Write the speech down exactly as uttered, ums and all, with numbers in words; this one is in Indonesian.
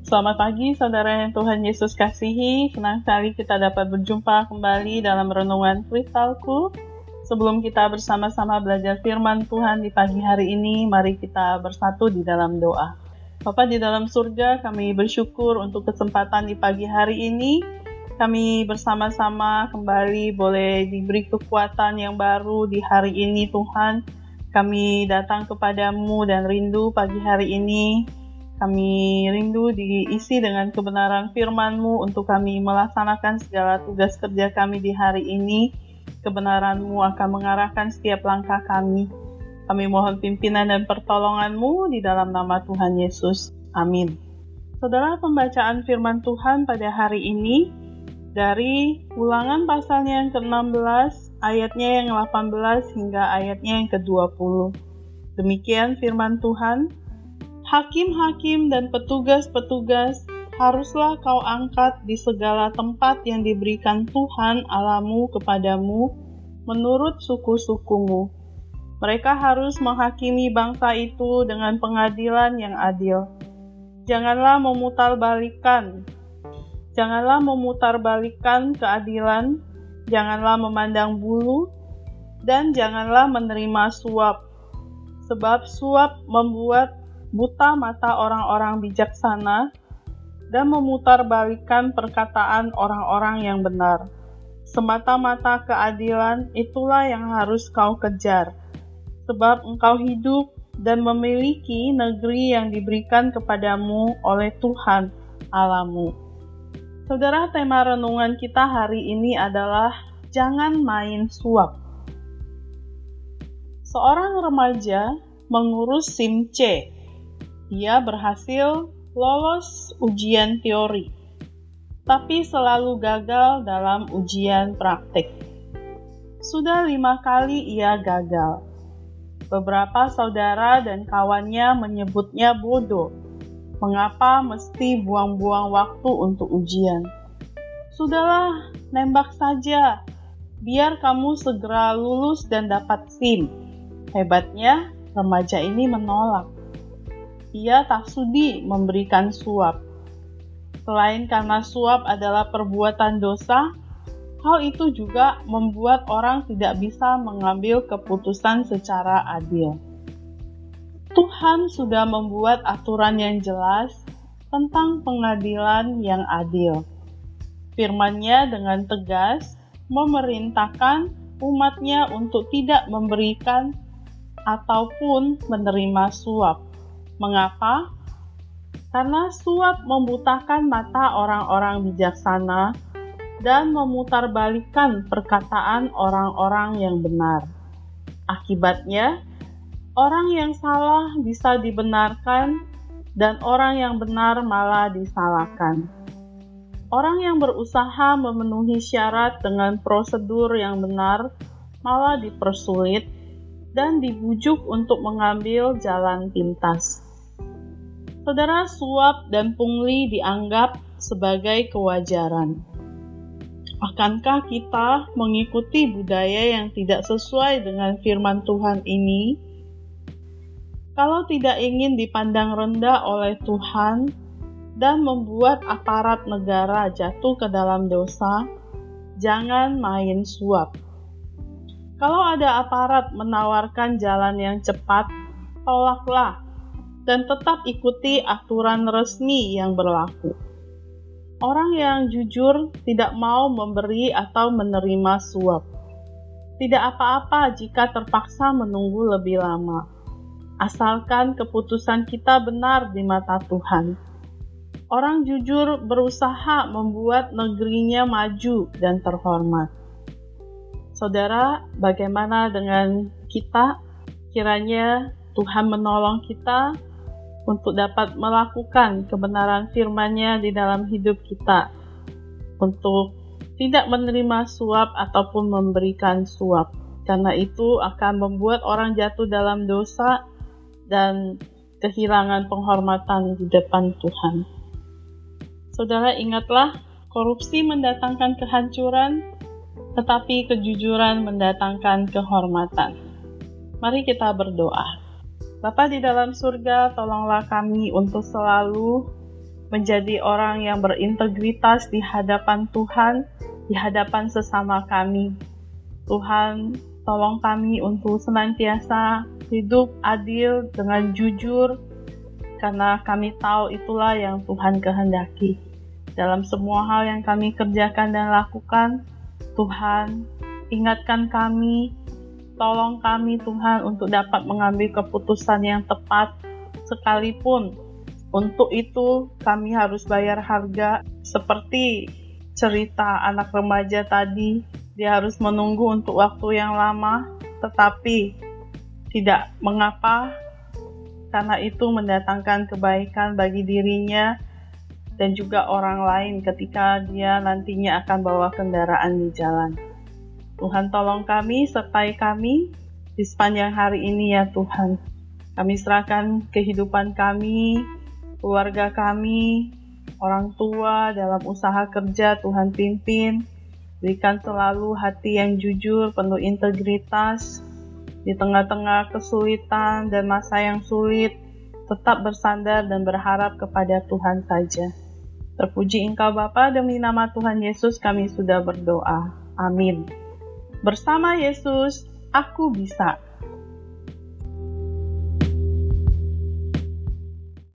Selamat pagi saudara yang Tuhan Yesus kasihi. Senang sekali kita dapat berjumpa kembali dalam renungan kristalku. Sebelum kita bersama-sama belajar firman Tuhan di pagi hari ini, mari kita bersatu di dalam doa. Bapa di dalam surga, kami bersyukur untuk kesempatan di pagi hari ini. Kami bersama-sama kembali boleh diberi kekuatan yang baru di hari ini Tuhan. Kami datang kepadamu dan rindu pagi hari ini. Kami rindu diisi dengan kebenaran firman-Mu untuk kami melaksanakan segala tugas kerja kami di hari ini. Kebenaran-Mu akan mengarahkan setiap langkah kami. Kami mohon pimpinan dan pertolongan-Mu di dalam nama Tuhan Yesus. Amin. Saudara, pembacaan firman Tuhan pada hari ini dari Ulangan pasalnya yang ke enam belas, ayatnya yang delapan belas hingga ayatnya yang ke dua puluh. Demikian firman Tuhan. Hakim-hakim dan petugas-petugas haruslah kau angkat di segala tempat yang diberikan Tuhan Allahmu kepadamu menurut suku-sukumu. Mereka harus menghakimi bangsa itu dengan pengadilan yang adil. Janganlah memutarbalikkan, janganlah memutarbalikkan keadilan, janganlah memandang bulu, dan janganlah menerima suap. Sebab suap membuat buta mata orang-orang bijaksana dan memutarbalikkan perkataan orang-orang yang benar. Semata-mata keadilan itulah yang harus kau kejar, sebab engkau hidup dan memiliki negeri yang diberikan kepadamu oleh Tuhan Allahmu. Saudara, tema renungan kita hari ini adalah jangan main suap. Seorang remaja mengurus SIM C. Dia berhasil lolos ujian teori, tapi selalu gagal dalam ujian praktik. Sudah lima kali ia gagal. Beberapa saudara dan kawannya menyebutnya bodoh. Mengapa mesti buang-buang waktu untuk ujian? Sudahlah, nembak saja. Biar kamu segera lulus dan dapat SIM. Hebatnya, remaja ini menolak. Ia tak sudi memberikan suap. Selain karena suap adalah perbuatan dosa, hal itu juga membuat orang tidak bisa mengambil keputusan secara adil. Tuhan sudah membuat aturan yang jelas tentang pengadilan yang adil. Firman-Nya dengan tegas memerintahkan umat-Nya untuk tidak memberikan ataupun menerima suap. Mengapa? Karena suap membutakan mata orang-orang bijaksana dan memutarbalikkan perkataan orang-orang yang benar. Akibatnya, orang yang salah bisa dibenarkan dan orang yang benar malah disalahkan. Orang yang berusaha memenuhi syarat dengan prosedur yang benar malah dipersulit dan dibujuk untuk mengambil jalan pintas. Saudara, suap dan pungli dianggap sebagai kewajaran. Akankah kita mengikuti budaya yang tidak sesuai dengan firman Tuhan ini? Kalau tidak ingin dipandang rendah oleh Tuhan dan membuat aparat negara jatuh ke dalam dosa, jangan main suap. Kalau ada aparat menawarkan jalan yang cepat, tolaklah dan tetap ikuti aturan resmi yang berlaku. Orang yang jujur tidak mau memberi atau menerima suap. Tidak apa-apa jika terpaksa menunggu lebih lama, asalkan keputusan kita benar di mata Tuhan. Orang jujur berusaha membuat negerinya maju dan terhormat. Saudara, bagaimana dengan kita? Kiranya Tuhan menolong kita untuk dapat melakukan kebenaran firman-Nya di dalam hidup kita, untuk tidak menerima suap ataupun memberikan suap, karena itu akan membuat orang jatuh dalam dosa dan kehilangan penghormatan di depan Tuhan. Saudara, ingatlah, korupsi mendatangkan kehancuran, tetapi kejujuran mendatangkan kehormatan. Mari kita berdoa. Bapa di dalam surga, tolonglah kami untuk selalu menjadi orang yang berintegritas di hadapan Tuhan, di hadapan sesama kami. Tuhan, tolong kami untuk senantiasa hidup adil dengan jujur, karena kami tahu itulah yang Tuhan kehendaki. Dalam semua hal yang kami kerjakan dan lakukan, Tuhan, ingatkan kami, tolong kami Tuhan untuk dapat mengambil keputusan yang tepat, sekalipun untuk itu kami harus bayar harga, seperti cerita anak remaja tadi. Dia harus menunggu untuk waktu yang lama, tetapi tidak mengapa, karena itu mendatangkan kebaikan bagi dirinya dan juga orang lain ketika dia nantinya akan bawa kendaraan di jalan. Tuhan, tolong kami, sertai kami di sepanjang hari ini ya Tuhan. Kami serahkan kehidupan kami, keluarga kami, orang tua dalam usaha kerja, Tuhan pimpin. Berikan selalu hati yang jujur, penuh integritas, di tengah-tengah kesulitan dan masa yang sulit, tetap bersandar dan berharap kepada Tuhan saja. Terpuji Engkau Bapa, demi nama Tuhan Yesus kami sudah berdoa. Amin. Bersama Yesus, aku bisa.